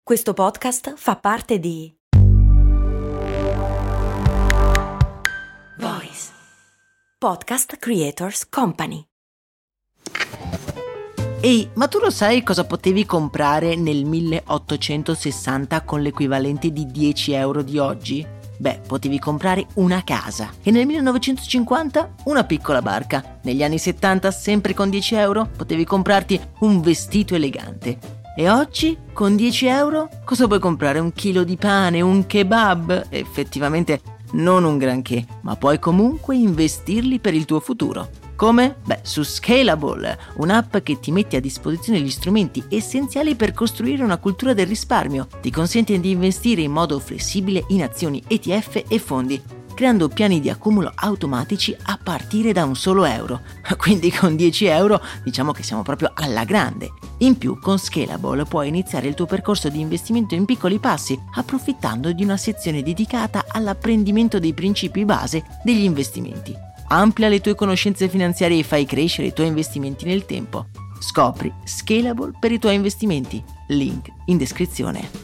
Questo podcast fa parte di Voice Podcast Creators Company. Ehi, ma tu lo sai cosa potevi comprare nel 1860 con l'equivalente di 10 euro di oggi? Beh, potevi comprare una casa. E nel 1950 una piccola barca. Negli anni 70, sempre con 10 euro, potevi comprarti un vestito elegante. E oggi, con 10 euro, cosa puoi comprare? Un chilo di pane, un kebab? Effettivamente non un granché, ma puoi comunque investirli per il tuo futuro. Come? Beh, su Scalable, un'app che ti mette a disposizione gli strumenti essenziali per costruire una cultura del risparmio. Ti consente di investire in modo flessibile in azioni, ETF e fondi, creando piani di accumulo automatici a partire da un solo euro. Quindi con 10 euro diciamo che siamo proprio alla grande. In più, con Scalable puoi iniziare il tuo percorso di investimento in piccoli passi, approfittando di una sezione dedicata all'apprendimento dei principi base degli investimenti. Amplia le tue conoscenze finanziarie e fai crescere i tuoi investimenti nel tempo. Scopri Scalable per i tuoi investimenti. Link in descrizione.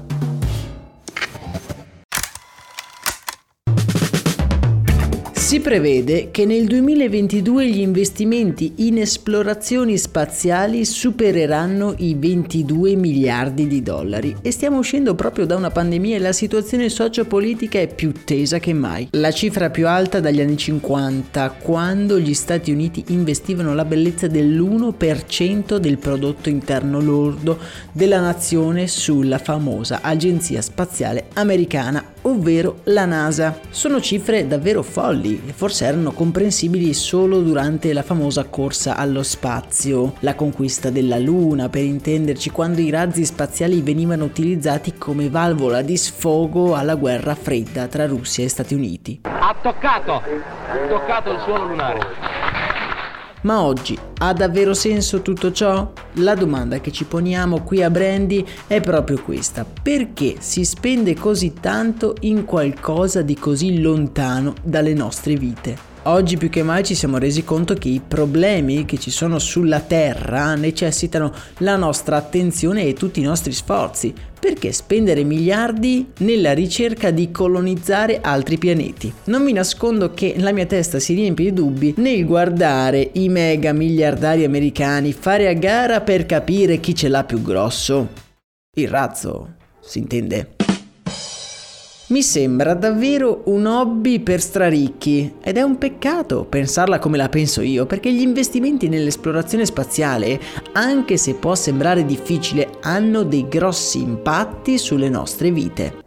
Si prevede che nel 2022 gli investimenti in esplorazioni spaziali supereranno i 22 miliardi di dollari e stiamo uscendo proprio da una pandemia e la situazione sociopolitica è più tesa che mai. La cifra più alta dagli anni 50, quando gli Stati Uniti investivano la bellezza dell'1% del prodotto interno lordo della nazione sulla famosa agenzia spaziale americana, ovvero la NASA. Sono cifre davvero folli e forse erano comprensibili solo durante la famosa corsa allo spazio, la conquista della Luna per intenderci, quando i razzi spaziali venivano utilizzati come valvola di sfogo alla guerra fredda tra Russia e Stati Uniti. Ha toccato il suolo lunare. Ma oggi ha davvero senso tutto ciò? La domanda che ci poniamo qui a Brandy è proprio questa: perché si spende così tanto in qualcosa di così lontano dalle nostre vite? Oggi più che mai ci siamo resi conto che i problemi che ci sono sulla Terra necessitano la nostra attenzione e tutti i nostri sforzi. Perché spendere miliardi nella ricerca di colonizzare altri pianeti? Non mi nascondo che la mia testa si riempie di dubbi nel guardare i mega miliardari americani fare a gara per capire chi ce l'ha più grosso. Il razzo, si intende. Mi sembra davvero un hobby per straricchi ed è un peccato pensarla come la penso io, perché gli investimenti nell'esplorazione spaziale, anche se può sembrare difficile, hanno dei grossi impatti sulle nostre vite.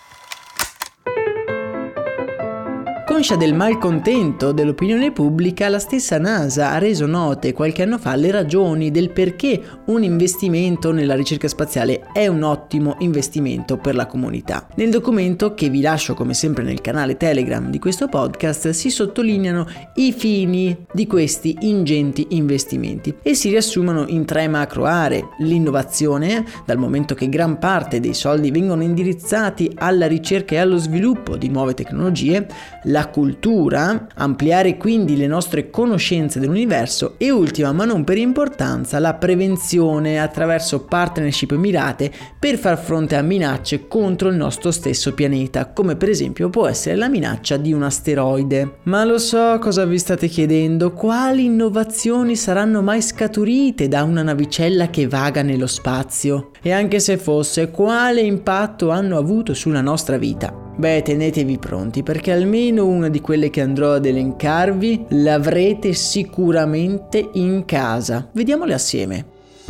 Conscia del malcontento dell'opinione pubblica, la stessa NASA ha reso note qualche anno fa le ragioni del perché un investimento nella ricerca spaziale è un ottimo investimento per la comunità. Nel documento, che vi lascio come sempre nel canale Telegram di questo podcast, si sottolineano i fini di questi ingenti investimenti e si riassumono in 3 macro aree: l'innovazione, dal momento che gran parte dei soldi vengono indirizzati alla ricerca e allo sviluppo di nuove tecnologie; la cultura, ampliare quindi le nostre conoscenze dell'universo; e ultima ma non per importanza, la prevenzione attraverso partnership mirate per far fronte a minacce contro il nostro stesso pianeta, come per esempio può essere la minaccia di un asteroide. Ma lo so cosa vi state chiedendo: quali innovazioni saranno mai scaturite da una navicella che vaga nello spazio? E anche se fosse, quale impatto hanno avuto sulla nostra vita? Beh, tenetevi pronti, perché almeno una di quelle che andrò ad elencarvi l'avrete sicuramente in casa. Vediamole assieme.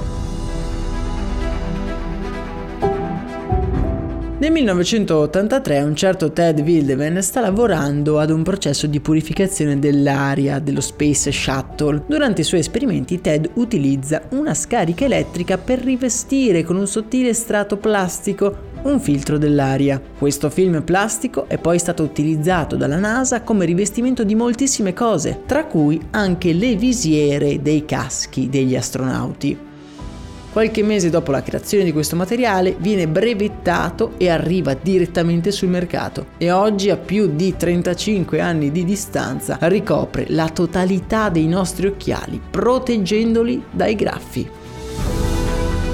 Nel 1983 un certo Ted Wildeven sta lavorando ad un processo di purificazione dell'aria dello Space Shuttle. Durante i suoi esperimenti Ted utilizza una scarica elettrica per rivestire con un sottile strato plastico un filtro dell'aria. Questo film plastico è poi stato utilizzato dalla NASA come rivestimento di moltissime cose, tra cui anche le visiere dei caschi degli astronauti. Qualche mese dopo la creazione di questo materiale viene brevettato e arriva direttamente sul mercato, e oggi, a più di 35 anni di distanza, ricopre la totalità dei nostri occhiali, proteggendoli dai graffi.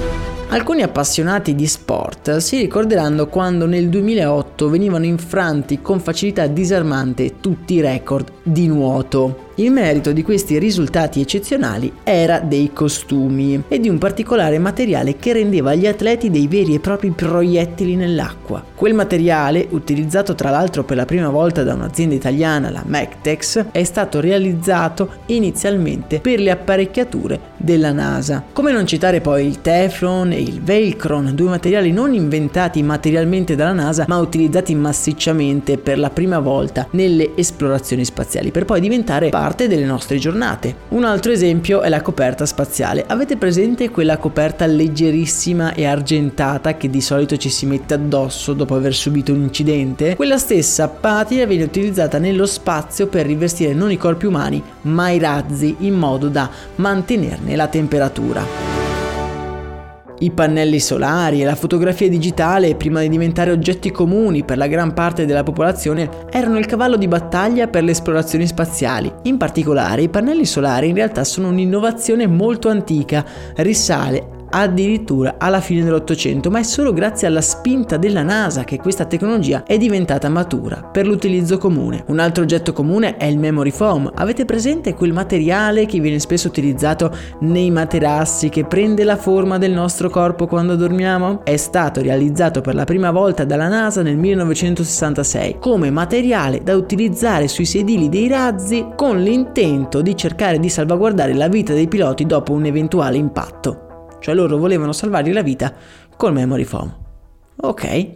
Alcuni appassionati di sport si ricorderanno quando nel 2008 venivano infranti con facilità disarmante tutti i record di nuoto. Il merito di questi risultati eccezionali era dei costumi e di un particolare materiale che rendeva gli atleti dei veri e propri proiettili nell'acqua. Quel materiale, utilizzato tra l'altro per la prima volta da un'azienda italiana, la Mectex, è stato realizzato inizialmente per le apparecchiature della NASA. Come non citare poi il Teflon e il Velcron, due materiali non inventati materialmente dalla NASA ma utilizzati massicciamente per la prima volta nelle esplorazioni spaziali, per poi diventare parte delle nostre giornate. Un altro esempio è la coperta spaziale. Avete presente quella coperta leggerissima e argentata che di solito ci si mette addosso dopo aver subito un incidente? Quella stessa patina viene utilizzata nello spazio per rivestire non i corpi umani ma i razzi, in modo da mantenerne la temperatura. I pannelli solari e la fotografia digitale, prima di diventare oggetti comuni per la gran parte della popolazione, erano il cavallo di battaglia per le esplorazioni spaziali. In particolare, i pannelli solari in realtà sono un'innovazione molto antica, risale addirittura alla fine dell'Ottocento, ma è solo grazie alla spinta della NASA che questa tecnologia è diventata matura per l'utilizzo comune. Un altro oggetto comune è il memory foam. Avete presente quel materiale che viene spesso utilizzato nei materassi, che prende la forma del nostro corpo quando dormiamo? È stato realizzato per la prima volta dalla NASA nel 1966 come materiale da utilizzare sui sedili dei razzi, con l'intento di cercare di salvaguardare la vita dei piloti dopo un eventuale impatto. Cioè loro volevano salvargli la vita col memory foam. Ok.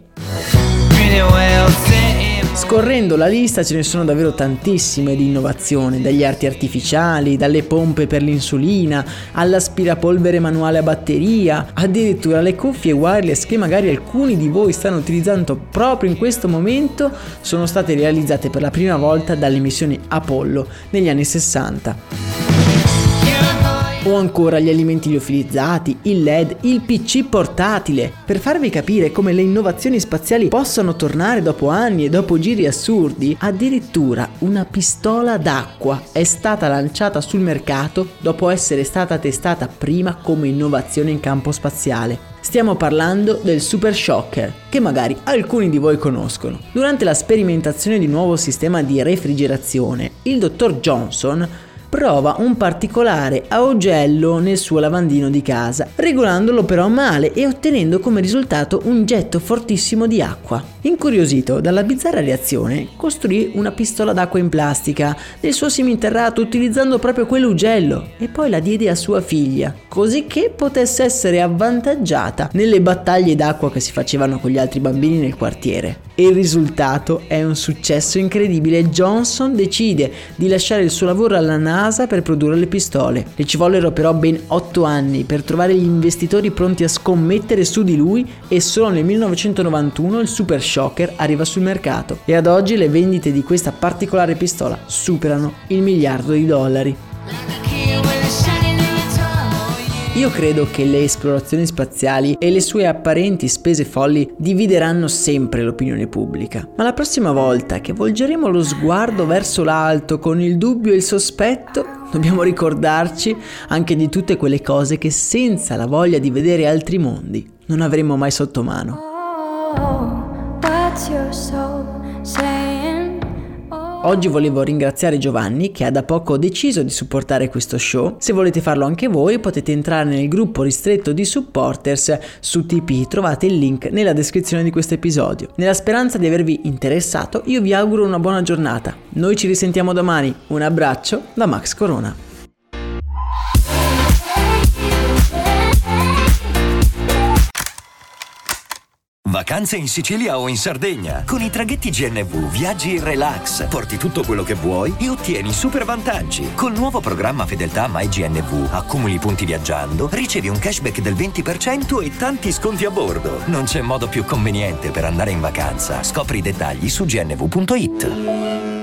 Scorrendo la lista ce ne sono davvero tantissime di innovazione, dagli arti artificiali, dalle pompe per l'insulina, all'aspirapolvere manuale a batteria, addirittura le cuffie wireless che magari alcuni di voi stanno utilizzando proprio in questo momento, sono state realizzate per la prima volta dalle missioni Apollo negli anni 60. O ancora gli alimenti liofilizzati, il LED, il PC portatile. Per farvi capire come le innovazioni spaziali possano tornare dopo anni e dopo giri assurdi, addirittura una pistola d'acqua è stata lanciata sul mercato dopo essere stata testata prima come innovazione in campo spaziale. Stiamo parlando del Super Shocker, che magari alcuni di voi conoscono. Durante la sperimentazione di un nuovo sistema di refrigerazione, il dottor Johnson prova un particolare augello nel suo lavandino di casa, regolandolo però male e ottenendo come risultato un getto fortissimo di acqua. Incuriosito dalla bizzarra reazione, costruì una pistola d'acqua in plastica nel suo seminterrato utilizzando proprio quell'ugello e poi la diede a sua figlia, così che potesse essere avvantaggiata nelle battaglie d'acqua che si facevano con gli altri bambini nel quartiere. E il risultato è un successo incredibile. Johnson decide di lasciare il suo lavoro alla NASA per produrre le pistole. E ci vollero però ben 8 anni per trovare gli investitori pronti a scommettere su di lui, e solo nel 1991 il Super Shocker arriva sul mercato e ad oggi le vendite di questa particolare pistola superano il $1 miliardo. Io credo che le esplorazioni spaziali e le sue apparenti spese folli divideranno sempre l'opinione pubblica, ma la prossima volta che volgeremo lo sguardo verso l'alto con il dubbio e il sospetto, dobbiamo ricordarci anche di tutte quelle cose che senza la voglia di vedere altri mondi non avremmo mai sotto mano. Oggi volevo ringraziare Giovanni, che ha da poco deciso di supportare questo show. Se volete farlo anche voi potete entrare nel gruppo ristretto di supporters su Tipeee, trovate il link nella descrizione di questo episodio. Nella speranza di avervi interessato, io vi auguro una buona giornata. Noi ci risentiamo domani. Un abbraccio da Max Corona. Vacanze in Sicilia o in Sardegna. Con i traghetti GNV viaggi in relax, porti tutto quello che vuoi e ottieni super vantaggi. Col nuovo programma Fedeltà MyGNV accumuli punti viaggiando, ricevi un cashback del 20% e tanti sconti a bordo. Non c'è modo più conveniente per andare in vacanza. Scopri i dettagli su gnv.it.